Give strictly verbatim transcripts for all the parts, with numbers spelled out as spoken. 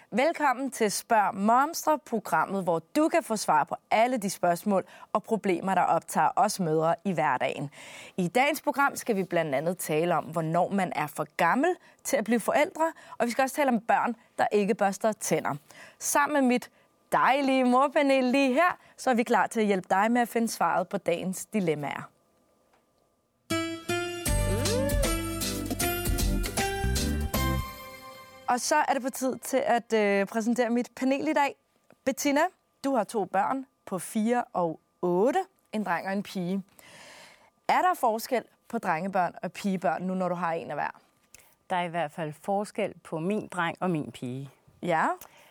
Velkommen til Spørg Momstre, programmet, hvor du kan få svar på alle de spørgsmål og problemer, der optager os mødre i hverdagen. I dagens program skal vi blandt andet tale om, hvornår man er for gammel til at blive forældre, og vi skal også tale om børn, der ikke børster tænder. Sammen med mit dejlige morpanel lige her, så er vi klar til at hjælpe dig med at finde svaret på dagens dilemmaer. Og så er det på tid til at øh, præsentere mit panel i dag. Bettina, du har to børn på fire og otte, en dreng og en pige. Er der forskel på drengebørn og pigebørn nu, når du har en af hver? Der er i hvert fald forskel på min dreng og min pige. Ja.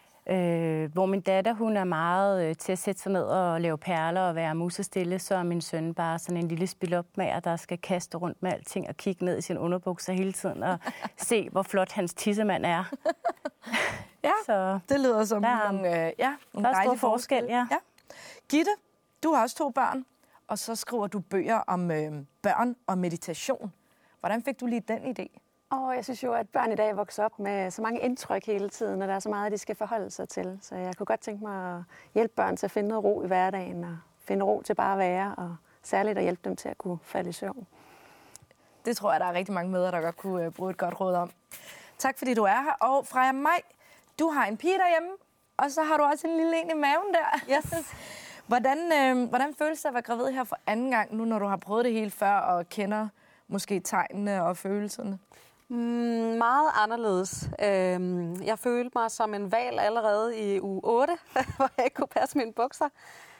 Øh, hvor min datter, hun er meget øh, til at sætte sig ned og lave perler og være musestille, så er min søn bare sådan en lille spilopmager, der skal kaste rundt med alting og kigge ned i sin underbukser hele tiden og se, hvor flot hans tissemand er. Ja, så det lyder som der, nogle, øh, ja, nogle der er stor forskel. forskel. Ja. Ja. Gitte, du har også to børn, og så skriver du bøger om øh, børn og meditation. Hvordan fik du lige den idé? Og jeg synes jo, at børn i dag vokser op med så mange indtryk hele tiden, og der er så meget, de skal forholde sig til. Så jeg kunne godt tænke mig at hjælpe børn til at finde noget ro i hverdagen, og finde ro til bare at være, og særligt at hjælpe dem til at kunne falde i søvn. Det tror jeg, der er rigtig mange mødre, der godt kunne bruge et godt råd om. Tak fordi du er her. Og Freja Maj, du har en pige derhjemme, og så har du også en lille en i maven der. Yes. hvordan, øh, hvordan føles det at være gravid her for anden gang, nu når du har prøvet det hele før, og kender måske tegnene og følelserne? Mm, meget anderledes. Øhm, jeg følte mig som en hval allerede i uge otte, hvor jeg ikke kunne passe mine bukser.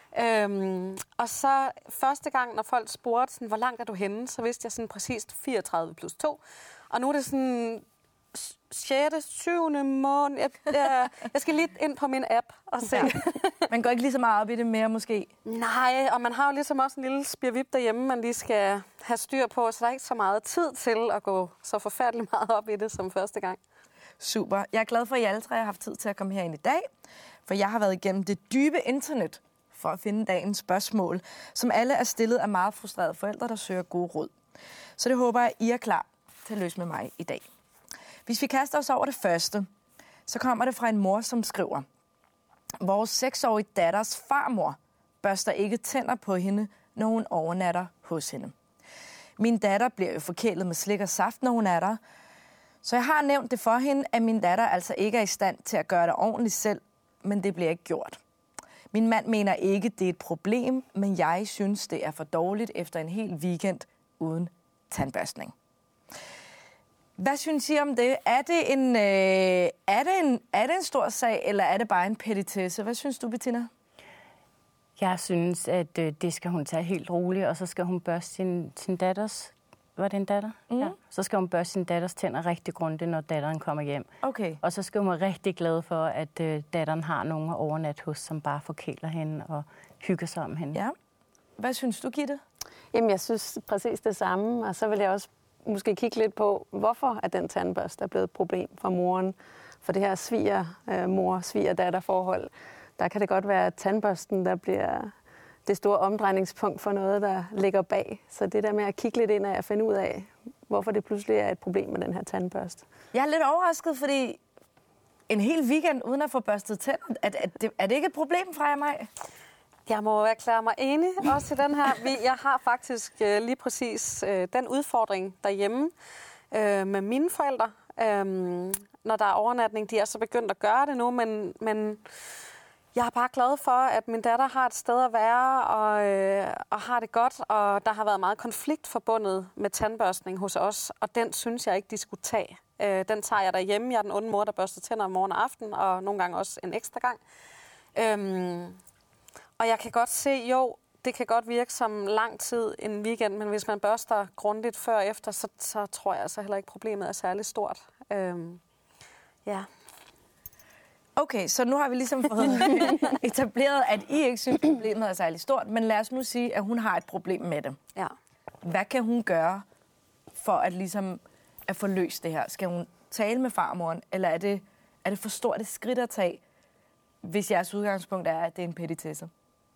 Øhm, og så første gang, når folk spurgte, sådan, hvor langt er du henne, så vidste jeg sådan præcist fireogtredive plus to. Og nu er det sådan sjette, syvende måned. Jeg, jeg, jeg skal lige ind på min app og se. Ja. Man går ikke lige så meget op i det mere, måske? Nej, og man har jo ligesom også en lille spirvip derhjemme, man lige skal have styr på, så der er ikke så meget tid til at gå så forfærdeligt meget op i det som første gang. Super. Jeg er glad for, at I alle tre har haft tid til at komme herind i dag, for jeg har været igennem det dybe internet for at finde dagens spørgsmål, som alle er stillet af meget frustrerede forældre, der søger gode råd. Så det håber jeg, I er klar til at løse med mig i dag. Hvis vi kaster os over det første, så kommer det fra en mor, som skriver: Vores seksårige datters farmor børster ikke tænder på hende, når hun overnatter hos hende. Min datter bliver jo forkælet med slik og saft, når hun er der. Så jeg har nævnt det for hende, at min datter altså ikke er i stand til at gøre det ordentligt selv, men det bliver ikke gjort. Min mand mener ikke, det er et problem, men jeg synes, det er for dårligt efter en hel weekend uden tandbørstning. Hvad synes I om det? Er det en, øh, er det en, er det en stor sag, eller er det bare en petitesse? Hvad synes du, Bettina? Jeg synes, at øh, det skal hun tage helt roligt, og så skal hun børste sin, sin datters... Var det en datter? Mm. Ja. Så skal hun børste sin datters tænder rigtig grundigt, når datteren kommer hjem. Okay. Og så skal hun være rigtig glad for, at øh, datteren har nogen overnat hos, som bare forkæler hende og hygger sig om hende. Ja. Hvad synes du, Gitte? Jamen, jeg synes præcis det samme, og så vil jeg også måske kigge lidt på, hvorfor at den tandbørste er blevet et problem for moren. For det her sviger-mor-sviger-datter-forhold, der kan det godt være, at tandbørsten, der bliver det store omdrejningspunkt for noget, der ligger bag. Så det der med at kigge lidt ind og finde ud af, hvorfor det pludselig er et problem med den her tandbørste. Jeg er lidt overrasket, fordi en hel weekend uden at få børstet tænder, er, er, det, er det ikke et problem, Freja Maj? Jeg må erklære mig enig også til den her. Jeg har faktisk øh, lige præcis øh, den udfordring derhjemme øh, med mine forældre. Øh, når der er overnatning, de er så begyndt at gøre det nu, men, men jeg er bare glad for, at min datter har et sted at være og, øh, og har det godt. Og der har været meget konflikt forbundet med tandbørstning hos os, og den synes jeg ikke, de skulle tage. Øh, den tager jeg derhjemme. Jeg er den onde mor, der børster tænder om morgen og aften, og nogle gange også en ekstra gang. Øh, Og jeg kan godt se, jo, det kan godt virke som lang tid en weekend, men hvis man børster grundigt før og efter, så, så tror jeg altså heller ikke, problemet er særlig stort. Øhm, ja. Okay, så nu har vi ligesom fået etableret, at I ikke synes, problemet er særlig stort, men lad os nu sige, at hun har et problem med det. Ja. Hvad kan hun gøre for at, ligesom, at få løst det her? Skal hun tale med farmoren, eller er det, er det for stort et skridt at tage, hvis jeres udgangspunkt er, at det er en petitesse?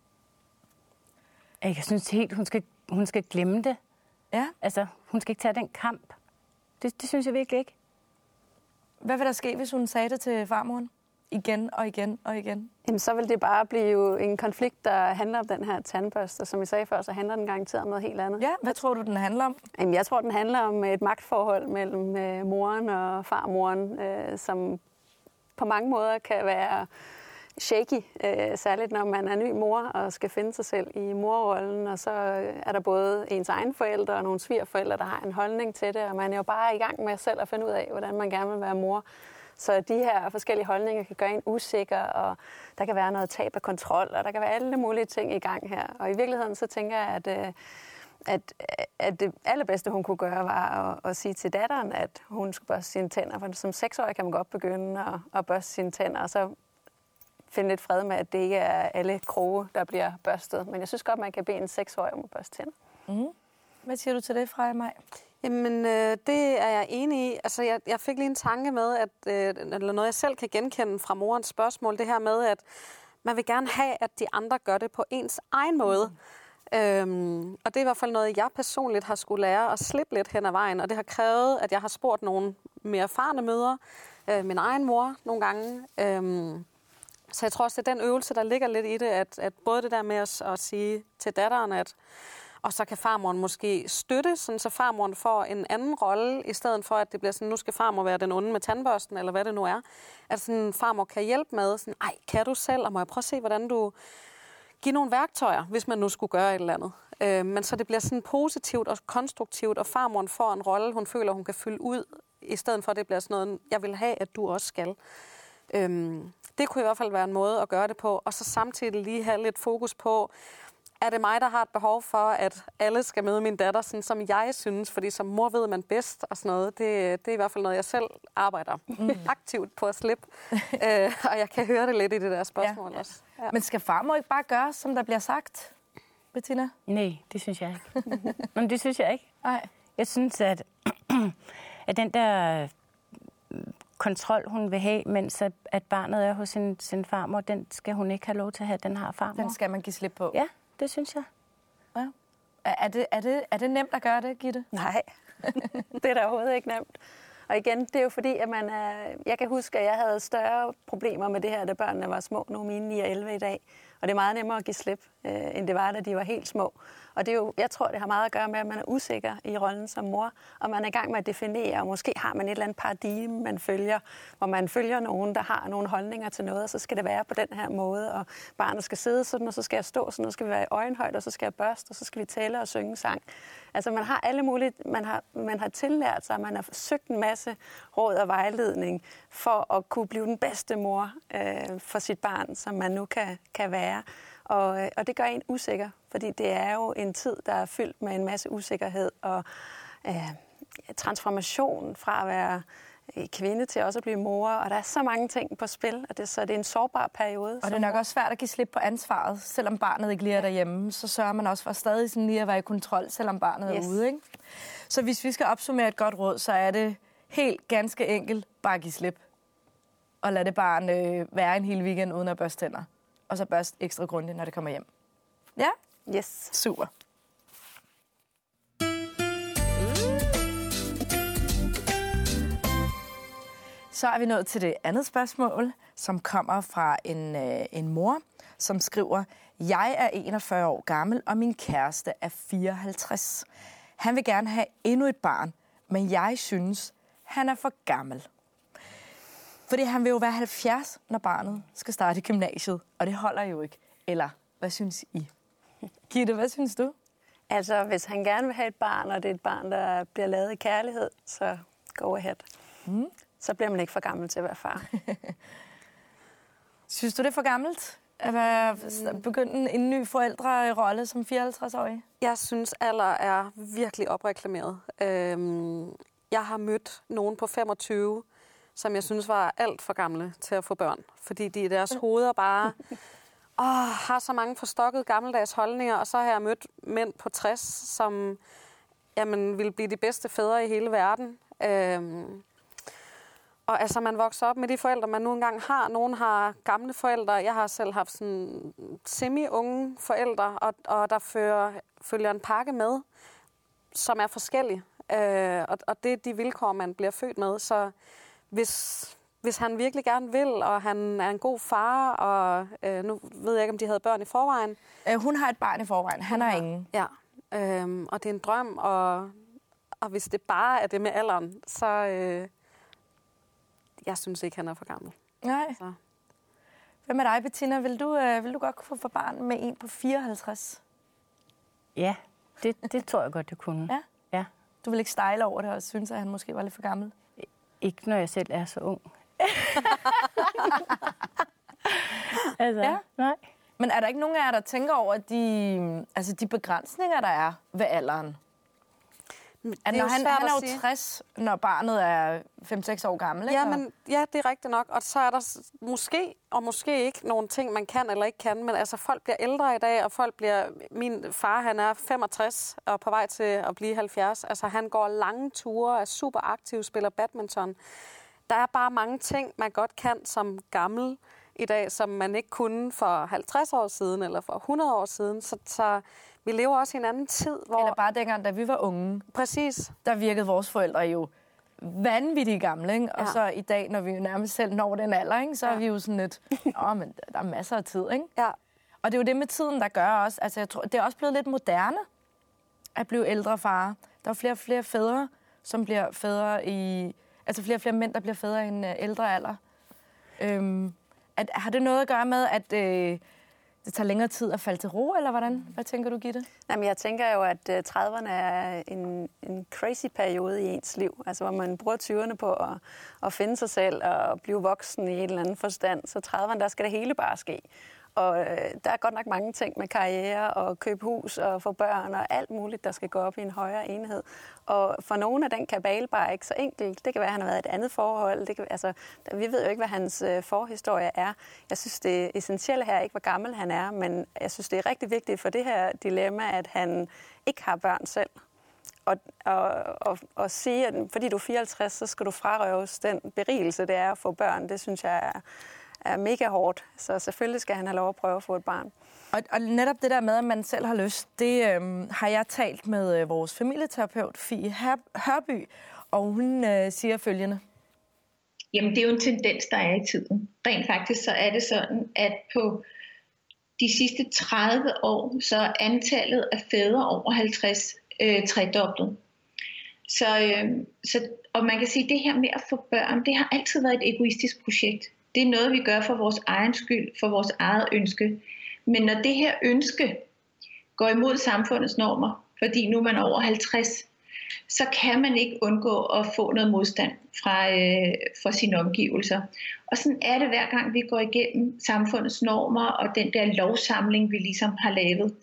Jeg synes helt, hun skal, hun skal glemme det. Ja. Altså, hun skal ikke tage den kamp. Det, det synes jeg virkelig ikke. Hvad vil der ske, hvis hun sagde det til farmoren? igen og igen og igen? Jamen, så vil det bare blive en konflikt, der handler om den her tandbørste. Som jeg sagde før, så handler den garanteret om noget helt andet. Ja, hvad tror du, den handler om? Jamen, jeg tror, den handler om et magtforhold mellem øh, moren og farmoren, øh, som på mange måder kan være shaky, øh, særligt når man er ny mor og skal finde sig selv i morrollen, og så er der både ens egen forældre og nogle svigerforældre, der har en holdning til det, og man er jo bare i gang med selv at finde ud af, hvordan man gerne vil være mor. Så de her forskellige holdninger kan gøre en usikker, og der kan være noget tab af kontrol, og der kan være alle mulige ting i gang her. Og i virkeligheden så tænker jeg, at, at, at det allerbedste, hun kunne gøre, var at, at sige til datteren, at hun skulle børste sine tænder. For som seksårig kan man godt begynde at, at børste sine tænder, og så finde lidt fred med, at det ikke er alle kroge, der bliver børstet. Men jeg synes godt, man kan bede en seksårig om at børste tænder. Mm. Hvad siger du til det, Freja Maj? Jamen, øh, det er jeg enig i. Altså, jeg, jeg fik lige en tanke med, at, øh, eller noget, jeg selv kan genkende fra morens spørgsmål, det her med, at man vil gerne have, at de andre gør det på ens egen måde. Mm. Øhm, og det er i hvert fald noget, jeg personligt har skulle lære at slippe lidt hen ad vejen, og det har krævet, at jeg har spurgt nogle mere erfarne mødre, øh, min egen mor nogle gange. Øhm, så jeg tror også, det er den øvelse, der ligger lidt i det, at, at både det der med at, at sige til datteren, at og så kan farmoren måske støtte, sådan så farmoren får en anden rolle, i stedet for, at det bliver sådan, nu skal farmor være den onde med tandbørsten, eller hvad det nu er. At sådan, farmor kan hjælpe med, sådan, ej, kan du selv, og må jeg prøve at se, hvordan du giver nogle værktøjer, hvis man nu skulle gøre et eller andet. Øh, men så det bliver sådan positivt og konstruktivt, og farmoren får en rolle, hun føler, hun kan fylde ud, i stedet for, at det bliver sådan noget, jeg vil have, at du også skal. Øh, det kunne i hvert fald være en måde at gøre det på, og så samtidig lige have lidt fokus på, er det mig, der har et behov for, at alle skal møde min datter, sådan som jeg synes, fordi som mor ved man bedst og sådan noget. Det, det er i hvert fald noget, jeg selv arbejder mm. aktivt på at slippe. øh, og jeg kan høre det lidt i det der spørgsmål ja. også. Ja. Men skal farmor ikke bare gøre, som der bliver sagt, Bettina? Nej, det synes jeg ikke. Men det synes jeg ikke. Nej. Jeg synes, at, at den der kontrol, hun vil have, mens at, at barnet er hos sin, sin farmor, den skal hun ikke have lov til at have, den har farmor. Den skal man give slip på? Ja. Det synes jeg. Ja. Er, det, er, det, er det nemt at gøre det, Gitte? Nej, det er da overhovedet ikke nemt. Og igen, det er jo fordi, at man er... Jeg kan huske, at jeg havde større problemer med det her, da børnene var små. Nu er mine ni og elleve i dag. Og det er meget nemmere at give slip, øh, end det var, da de var helt små. Og det er jo, jeg tror, det har meget at gøre med, at man er usikker i rollen som mor, og man er i gang med at definere, og måske har man et eller andet paradigme, man følger, hvor man følger nogen, der har nogle holdninger til noget, og så skal det være på den her måde, og barnet skal sidde sådan, og så skal jeg stå sådan, og så skal vi være i øjenhøjde, og så skal jeg børste, og så skal vi tale og synge sang. Altså man har alle mulige, man har, man har tillært sig, man har søgt en masse råd og vejledning for at kunne blive den bedste mor øh, for sit barn, som man nu kan, kan være. Og, og det gør en usikker, fordi det er jo en tid, der er fyldt med en masse usikkerhed og øh, transformation fra at være kvinde til også at blive mor, og der er så mange ting på spil, og det, så det er en sårbar periode. Og det er nok også svært at give slip på ansvaret, selvom barnet ikke lige er derhjemme, så sørger man også for stadig sådan lige at være i kontrol, selvom barnet yes. er ude. Ikke? Så hvis vi skal opsummere et godt råd, så er det helt ganske enkelt bare at give slip, og lade det barn øh, være en hel weekend uden at børste tænder. Og så børst ekstra grundigt, når det kommer hjem. Ja? Yes. Super. Så er vi nået til det andet spørgsmål, som kommer fra en, øh, en mor, som skriver, jeg er enogfyrre år gammel, og min kæreste er fireoghalvtreds. Han vil gerne have endnu et barn, men jeg synes, han er for gammel. Fordi han vil jo være halvfjerds, når barnet skal starte i gymnasiet, og det holder jo ikke. Eller, hvad synes I? Gitte, hvad synes du? Altså, hvis han gerne vil have et barn, og det er et barn, der bliver lavet i kærlighed, så go ahead. Mm. Så bliver man ikke for gammel til at være far. Synes du, det er for gammelt at være, begynde en ny forældrerolle som fireoghalvtreds-årig? Jeg synes, alder er virkelig opreklameret. Øhm, jeg har mødt nogen på femogtyve, som jeg synes var alt for gamle til at få børn. Fordi de i deres hoveder bare åh, har så mange forstokkede gammeldags holdninger. Og så har jeg mødt mænd på tres, som jamen, vil blive de bedste fædre i hele verden. Øhm, og altså, man vokser op med de forældre, man nu engang har. Nogle har gamle forældre. Jeg har selv haft sådan semi-unge forældre, og, og der fører, følger en pakke med, som er forskellig. Øh, og, og det er de vilkår, man bliver født med. Så hvis hvis han virkelig gerne vil, og han er en god far, og øh, nu ved jeg ikke, om de havde børn i forvejen. Øh, hun har et barn i forvejen, han har ingen. Ja, øhm, og det er en drøm, og, og hvis det bare er det med alderen, så øh, jeg synes ikke, han er for gammel. Nej. Så. Hvad med dig, Bettina? Vil du, øh, vil du godt kunne få barn med en på fireoghalvtreds? Ja, det, det tror jeg godt, det kunne. Ja? Ja. Du vil ikke stejle over det og synes, at han måske var lidt for gammel? Ikke når jeg selv er så ung. altså, ja. Nej. Men er der ikke nogen af jer, der tænker over de, altså de begrænsninger, der er ved alderen? At når han, han er jo tres, når barnet er fem seks år gammel, ikke? Ja, men, ja, det er rigtigt nok. Og så er der måske, og måske ikke, nogle ting, man kan eller ikke kan. Men altså, folk bliver ældre i dag, og folk bliver... Min far, han er femogtres og på vej til at blive halvfjerds. Altså, han går lange ture, er super aktiv, spiller badminton. Der er bare mange ting, man godt kan som gammel i dag, som man ikke kunne for halvtreds år siden eller for hundrede år siden. Så... så vi lever også i en anden tid, hvor... Eller bare dengang, da vi var unge. Præcis. Der virkede vores forældre jo vanvittigt gamle, ikke? Og ja. så i dag, når vi nærmest selv når den alder, ikke? Så ja. er vi jo sådan lidt... Åh, men der er masser af tid, ikke? Ja. Og det er jo det med tiden, der gør også... Altså, jeg tror, det er også blevet lidt moderne at blive ældre far. Der er flere og flere fædre, som bliver fædre i... Altså flere og flere mænd, der bliver fædre i en uh, ældre alder. Øhm, at, har det noget at gøre med, at... Øh, det tager længere tid at falde til ro, eller hvordan? Hvad tænker du, Gitte? Jamen, jeg tænker jo, at trediverne er en, en crazy periode i ens liv. Altså, hvor man bruger tyverne på at, at finde sig selv og blive voksen i en eller anden forstand. Så trediverne, der skal det hele bare ske. Og øh, der er godt nok mange ting med karriere og købe hus og få børn og alt muligt, der skal gå op i en højere enhed. Og for nogle af den kabale bare ikke så enkelt. Det kan være, at han har været i et andet forhold. Det kan, altså, vi ved jo ikke, hvad hans øh, forhistorie er. Jeg synes, det essentielle her er ikke, hvor gammel han er, men jeg synes, det er rigtig vigtigt for det her dilemma, at han ikke har børn selv. Og, og, og, og sige, at fordi du er fireoghalvtreds, så skal du frarøves den berigelse, det er at få børn. Det synes jeg er... er mega hårdt, så selvfølgelig skal han have lov at prøve at få et barn. Og, og netop det der med, at man selv har lyst, det øhm, har jeg talt med øh, vores familieterapeut, Fie Hørby, og hun øh, siger følgende. Jamen, det er jo en tendens, der er i tiden. Rent faktisk så er det sådan, at på de sidste tredive år, så er antallet af fædre over halvtreds øh, tredoblet. Så, øh, så, og man kan sige, at det her med at få børn, det har altid været et egoistisk projekt. Det er noget, vi gør for vores egen skyld, for vores eget ønske. Men når det her ønske går imod samfundets normer, fordi nu er man over halvtreds, så kan man ikke undgå at få noget modstand fra, øh, fra sine omgivelser. Og sådan er det hver gang, vi går igennem samfundets normer og den der lovsamling, vi ligesom har lavet.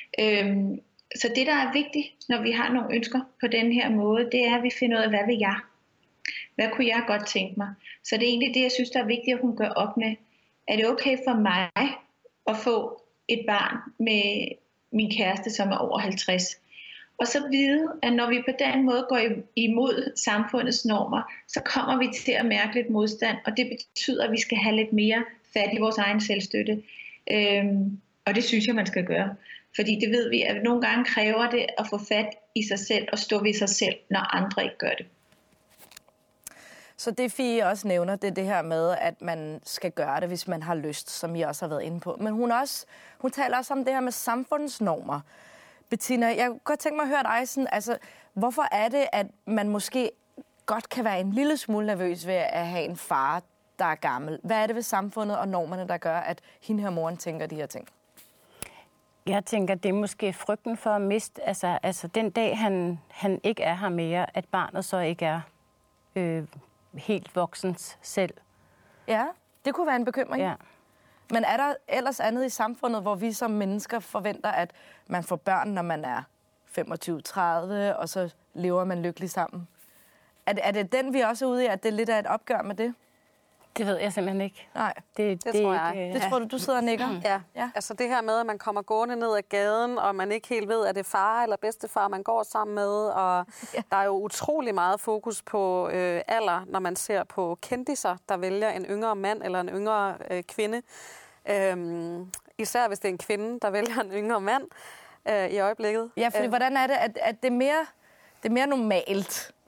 Øhm, så det, der er vigtigt, når vi har nogle ønsker på den her måde, det er, at vi finder ud af, hvad vil jeg? Hvad kunne jeg godt tænke mig? Så det er egentlig det, jeg synes, der er vigtigt, at hun gør op med. Er det okay for mig at få et barn med min kæreste, som er over halvtreds? Og så vide, at når vi på den måde går imod samfundets normer, så kommer vi til at mærke lidt modstand, og det betyder, at vi skal have lidt mere fat i vores egen selvstøtte. Øhm, og det synes jeg, man skal gøre. Fordi det ved vi, at nogle gange kræver det at få fat i sig selv og stå ved sig selv, når andre ikke gør det. Så det Fie også nævner, det er det her med, at man skal gøre det, hvis man har lyst, som I også har været inde på. Men hun, også, hun taler også om det her med samfundsnormer. Bettina, jeg kunne godt tænke mig at høre dig sådan, altså, hvorfor er det, at man måske godt kan være en lille smule nervøs ved at have en far, der er gammel? Hvad er det ved samfundet og normerne, der gør, at hende her moren tænker de her ting? Jeg tænker, det er måske frygten for at miste, altså, altså den dag, han, han ikke er her mere, at barnet så ikke er øh, helt voksens selv. Ja, det kunne være en bekymring. Ja. Men er der ellers andet i samfundet, hvor vi som mennesker forventer, at man får børn, når man er femogtyve tredive, og så lever man lykkeligt sammen? Er det, er det den, vi også er ude i, at det er lidt af et opgør med det? Det ved jeg simpelthen ikke. Nej, det, det, det tror jeg. Ikke, det ja. tror du, du sidder og nikker? Mm. Ja. ja, altså det her med, at man kommer gående ned ad gaden, og man ikke helt ved, at det er far eller bedstefar, man går sammen med. Og ja. Der er jo utrolig meget fokus på øh, alder, når man ser på kendiser, der vælger en yngre mand eller en yngre øh, kvinde. Øhm, især hvis det er en kvinde, der vælger en yngre mand øh, i øjeblikket. Ja, fordi øh. hvordan er det, at, at det, er mere, det er mere normalt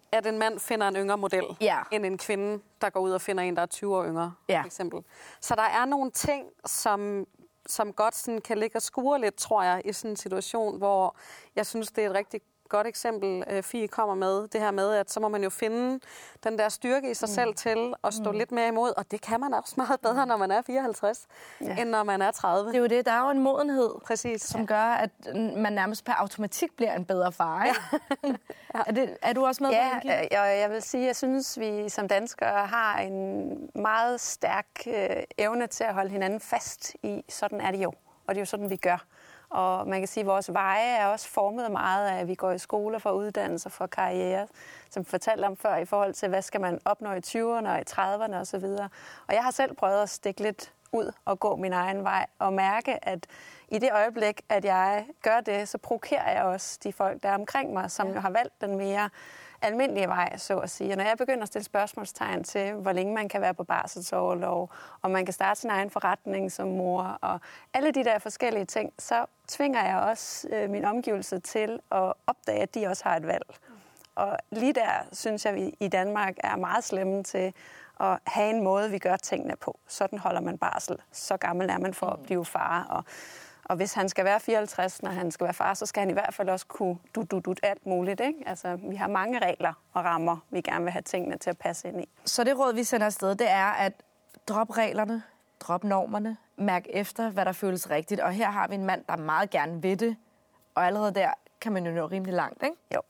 at en mand finder en yngre model, ja. end en kvinde, der går ud og finder en, der er tyve år yngre, ja. for eksempel. Så der er nogle ting, som, som godt sådan kan ligge og skure lidt, tror jeg, i sådan en situation, hvor jeg synes, det er et rigtig godt eksempel, uh, Fie kommer med, det her med, at så må man jo finde den der styrke i sig mm. selv til at stå mm. lidt mere imod, og det kan man også meget bedre, når man er fireoghalvtreds, ja. end når man er tredive. Det er jo det, der er jo en modenhed, Præcis. som ja. gør, at man nærmest per automatik bliver en bedre far, ikke? Ja. ja. Er, det, er du også med? Ja, jeg, jeg vil sige, jeg synes, vi som danskere har en meget stærk øh, evne til at holde hinanden fast i, sådan er det jo, og det er jo sådan, vi gør. Og man kan sige, at vores veje er også formet meget af, at vi går i skole for uddannelse, for karriere, som vi fortalte om før, i forhold til, hvad skal man opnå i tyverne og i trediverne osv. Og jeg har selv prøvet at stikke lidt ud og gå min egen vej, og mærke, at i det øjeblik, at jeg gør det, så provokerer jeg også de folk, der er omkring mig, som jo har valgt den mere almindelige vej, så at sige. Og når jeg begynder at stille spørgsmålstegn til, hvor længe man kan være på barselsorlov, og man kan starte sin egen forretning som mor, og alle de der forskellige ting, så tvinger jeg også øh, min omgivelse til at opdage, at de også har et valg. Og lige der synes jeg, at vi i Danmark er meget slemme til at have en måde, vi gør tingene på. Sådan holder man barsel. Så gammel er man for at blive far, og Og hvis han skal være fireoghalvtreds, når han skal være far, så skal han i hvert fald også kunne dut-dut-dut alt muligt, ikke? Altså, vi har mange regler og rammer, vi gerne vil have tingene til at passe ind i. Så det råd, vi sender afsted, det er at drop reglerne, drop normerne, mærk efter, hvad der føles rigtigt. Og her har vi en mand, der meget gerne vil det, og allerede der kan man jo nå rimelig langt, ikke? Jo.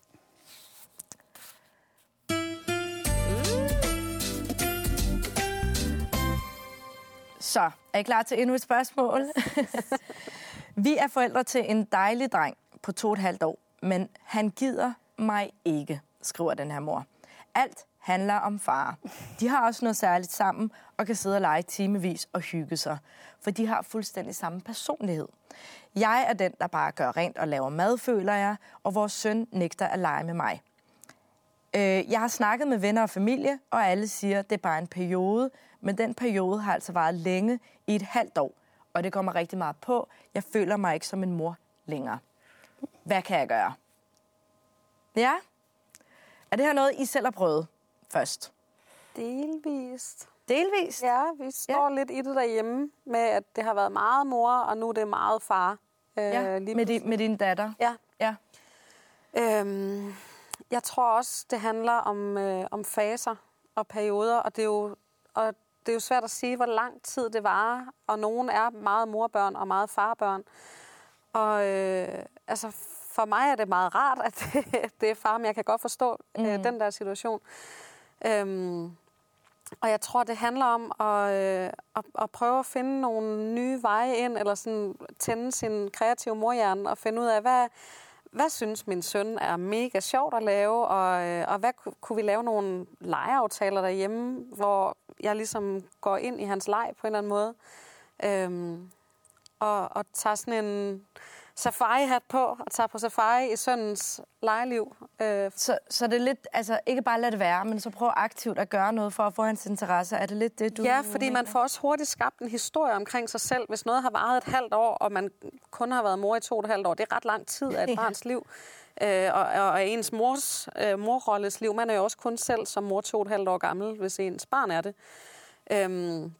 Så, er I klar til endnu et spørgsmål? Vi er forældre til en dejlig dreng på to og et halvt år, men han gider mig ikke, skriver den her mor. Alt handler om far. De har også noget særligt sammen og kan sidde og lege timevis og hygge sig, for de har fuldstændig samme personlighed. Jeg er den, der bare gør rent og laver mad, føler jeg, og vores søn nægter at lege med mig. Jeg har snakket med venner og familie, og alle siger, at det er bare en periode, men den periode har altså varet længe i et halvt år, og det går mig rigtig meget på. Jeg føler mig ikke som en mor længere. Hvad kan jeg gøre? Ja? Er det her noget, I selv har prøvet først? Delvist. Delvist? Ja, vi står ja. lidt i det derhjemme med, at det har været meget mor, og nu er det meget far. Øh, ja, med, di, med din datter? Ja. ja. Øhm, jeg tror også, det handler om, øh, om faser og perioder, og det er jo... Og det er jo svært at sige, hvor lang tid det varer, og nogen er meget morbørn og meget farbørn. Og øh, altså, for mig er det meget rart, at det, det er far, men jeg kan godt forstå mm. øh, den der situation. Øhm, og jeg tror, det handler om at, øh, at, at prøve at finde nogle nye veje ind, eller sådan tænde sin kreative morhjerne og finde ud af, hvad... Hvad synes min søn er mega sjovt at lave, og, og hvad kunne vi lave nogle legeaftaler derhjemme, hvor jeg ligesom går ind i hans leg på en eller anden måde, øhm, og, og tager sådan en safari-hat på, og tager på safari i sønnens legeliv. Øh. Så, så det er lidt, altså ikke bare lade det være, men så prøv aktivt at gøre noget for at få hans interesse. Er det lidt det, du... Ja, fordi man får også hurtigt skabt en historie omkring sig selv. Hvis noget har varet et halvt år, og man kun har været mor i to og et halvt år, det er ret lang tid af et barns liv. Øh, og, og ens mors, øh, morrolles liv. Man er jo også kun selv som mor to og et halvt år gammel, hvis ens barn er det. Øhm,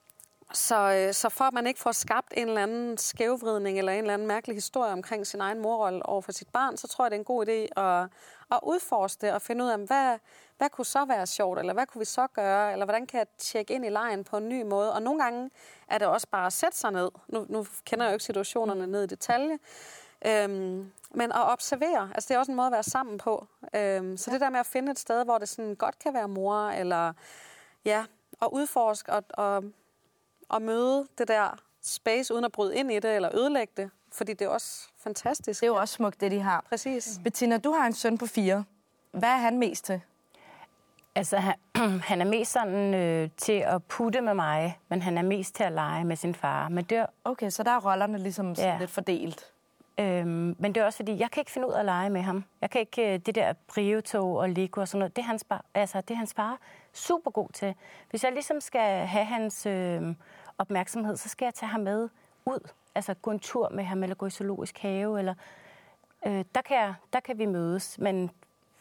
Så, så for at man ikke får skabt en eller anden skævvridning eller en eller anden mærkelig historie omkring sin egen morrolle over for sit barn, så tror jeg, det er en god idé at, at udforske det og finde ud af, hvad, hvad kunne så være sjovt, eller hvad kunne vi så gøre, eller hvordan kan jeg tjekke ind i lejen på en ny måde. Og nogle gange er det også bare at sætte sig ned. Nu, nu kender jeg jo ikke situationerne ned i detalje. Øhm, men at observere, altså det er også en måde at være sammen på. Øhm, så det der med at finde et sted, hvor det sådan godt kan være mor, eller ja, at udforske og... og at møde det der space, uden at bryde ind i det, eller ødelægge det. Fordi det er også fantastisk. Det er jo også smukt, det de har. Præcis. Bettina, du har en søn på fire. Hvad er han mest til? Altså, han, han er mest sådan øh, til at putte med mig, men han er mest til at lege med sin far. Men det er, okay, så der er rollerne ligesom ja. lidt fordelt. Øhm, men det er også fordi, jeg kan ikke finde ud af at lege med ham. Jeg kan ikke, øh, det der Brio-tog og Lego og sådan noget, det er hans, bar, altså, det er hans far super god til. Hvis jeg ligesom skal have hans øh, opmærksomhed, så skal jeg tage ham med ud. Altså gå en tur med ham, eller gå i zoologisk have, eller øh, der, kan jeg, der kan vi mødes. Men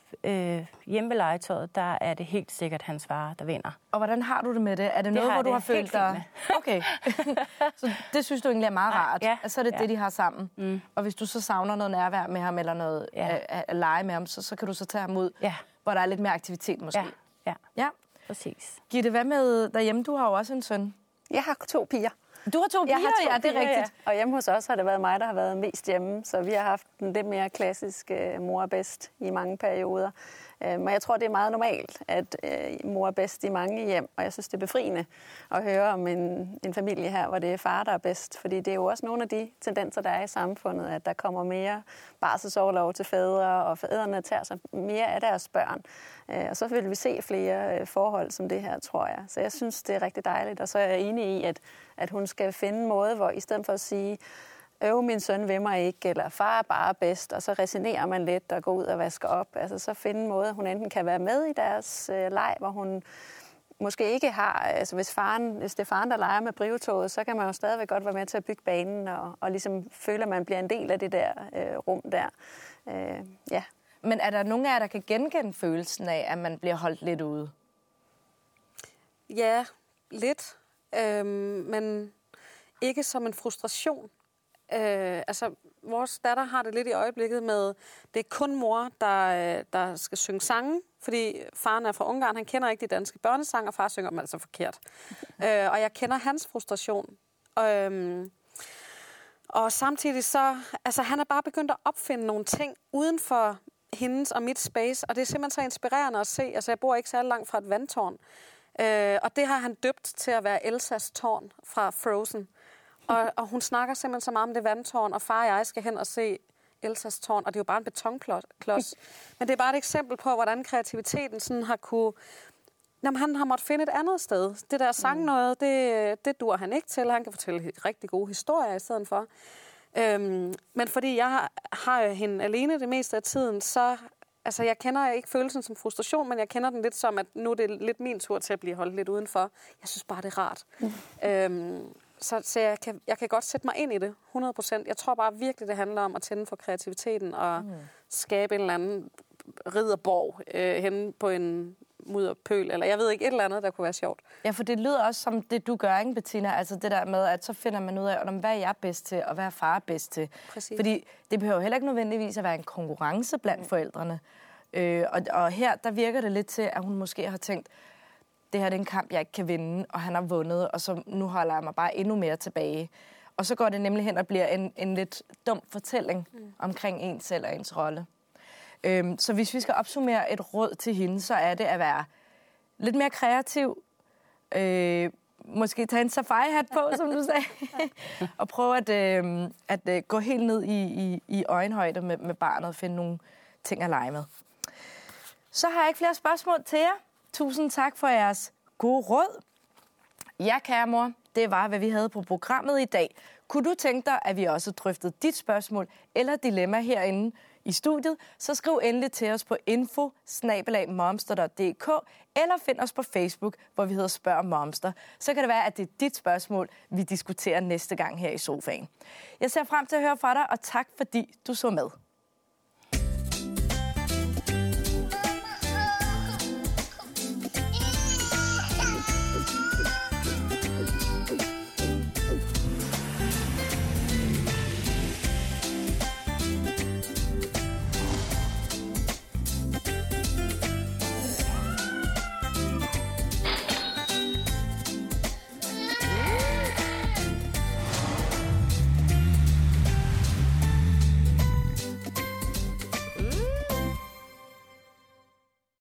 øh, hjemme ved legetøjet, der er det helt sikkert hans far, der vinder. Og hvordan har du det med det? Er det, det noget, hvor du har følt dig... Okay. Så det synes du egentlig er meget rart? Ja. Altså, så er det ja. det, de har sammen? Mm. Og hvis du så savner noget nærvær med ham, eller noget ja. at, at lege med ham, så, så kan du så tage ham ud, ja. hvor der er lidt mere aktivitet måske? Ja, ja. ja. Præcis. Gitte, hvad med derhjemme? Du har jo også en søn. Jeg har to piger. Du har to piger, to ja, det er piger, rigtigt. Ja. Og hjemme hos os har det været mig, der har været mest hjemme, så vi har haft en lidt mere klassisk uh, mor er bedst i mange perioder. Uh, men jeg tror, det er meget normalt, at uh, mor er bedst i mange hjem, og jeg synes, det er befriende at høre om en, en familie her, hvor det er far, der er bedst. Fordi det er jo også nogle af de tendenser, der er i samfundet, at der kommer mere barselsorlov til fædre, og fædrene tager sig mere af deres børn. Uh, og så vil vi se flere uh, forhold som det her, tror jeg. Så jeg synes, det er rigtig dejligt, og så er jeg enig i, at at hun skal finde en måde, hvor i stedet for at sige, øv, min søn vil mig ikke, eller far er bare bedst, og så resignerer man lidt og går ud og vasker op. Altså så finde en måde, hun enten kan være med i deres øh, leg, hvor hun måske ikke har, altså hvis, faren, hvis det er faren, der leger med brivetoget, så kan man jo stadigvæk godt være med til at bygge banen, og, og ligesom føle, at man bliver en del af det der øh, rum der. Øh, ja. Men er der nogen af jer, der kan genkende følelsen af, at man bliver holdt lidt ude? Ja, lidt. Øhm, men ikke som en frustration. Øh, altså, vores datter har det lidt i øjeblikket med, det er kun mor, der, der skal synge sange, fordi faren er fra Ungarn, han kender ikke de danske børnesange, og far synger dem altså forkert. øh, og jeg kender hans frustration. Øhm, og samtidig så, altså han er bare begyndt at opfinde nogle ting uden for hendes og mit space, og det er simpelthen så inspirerende at se. Altså, jeg bor ikke særlig langt fra et vandtårn. Øh, og det har han døbt til at være Elsas tårn fra Frozen. Og, og hun snakker simpelthen så meget om det vandtårn, og far og jeg skal hen og se Elsas tårn, og det er jo bare en betonklods. Men det er bare et eksempel på, hvordan kreativiteten sådan har kunne... Jamen, han har måttet finde et andet sted. Det der sang noget, det, det dur han ikke til. Han kan fortælle rigtig gode historier i stedet for. Øhm, men fordi jeg har, har hende alene det meste af tiden, så... Altså, jeg kender ikke følelsen som frustration, men jeg kender den lidt som, at nu er det lidt min tur til at blive holdt lidt udenfor. Jeg synes bare, det er rart. Mm. Øhm, så så jeg, kan, jeg kan godt sætte mig ind i det, hundrede procent. Jeg tror bare virkelig, det handler om at tænde for kreativiteten og mm. skabe en eller anden ridderborg øh, henne på en mudderpøl, eller jeg ved ikke, et eller andet, der kunne være sjovt. Ja, for det lyder også som det, du gør, ikke, Bettina? Altså det der med, at så finder man ud af, hvad er jeg bedst til, og hvad er far bedst til. Præcis. Fordi det behøver heller ikke nødvendigvis at være en konkurrence blandt mm. forældrene. Øh, og, og her, der virker det lidt til, at hun måske har tænkt, det her det er en kamp, jeg ikke kan vinde, og han har vundet, og så nu holder jeg mig bare endnu mere tilbage. Og så går det nemlig hen og bliver en, en lidt dum fortælling mm. omkring en selv og ens rolle. Øhm, så hvis vi skal opsummere et råd til hende, så er det at være lidt mere kreativ, øh, måske tage en safari-hat på, som du sagde, og prøve at, øh, at øh, gå helt ned i, i, i øjenhøjde med, med barnet og finde nogle ting at lege med. Så har jeg ikke flere spørgsmål til jer. Tusind tak for jeres gode råd. Ja, kære mor, det var, hvad vi havde på programmet i dag. Kunne du tænke dig, at vi også drøftede dit spørgsmål eller dilemma herinde i studiet, så skriv endelig til os på info snabel-a momster punktum d k eller find os på Facebook, hvor vi hedder Spørg Momster. Så kan det være, at det er dit spørgsmål, vi diskuterer næste gang her i sofaen. Jeg ser frem til at høre fra dig, og tak fordi du så med.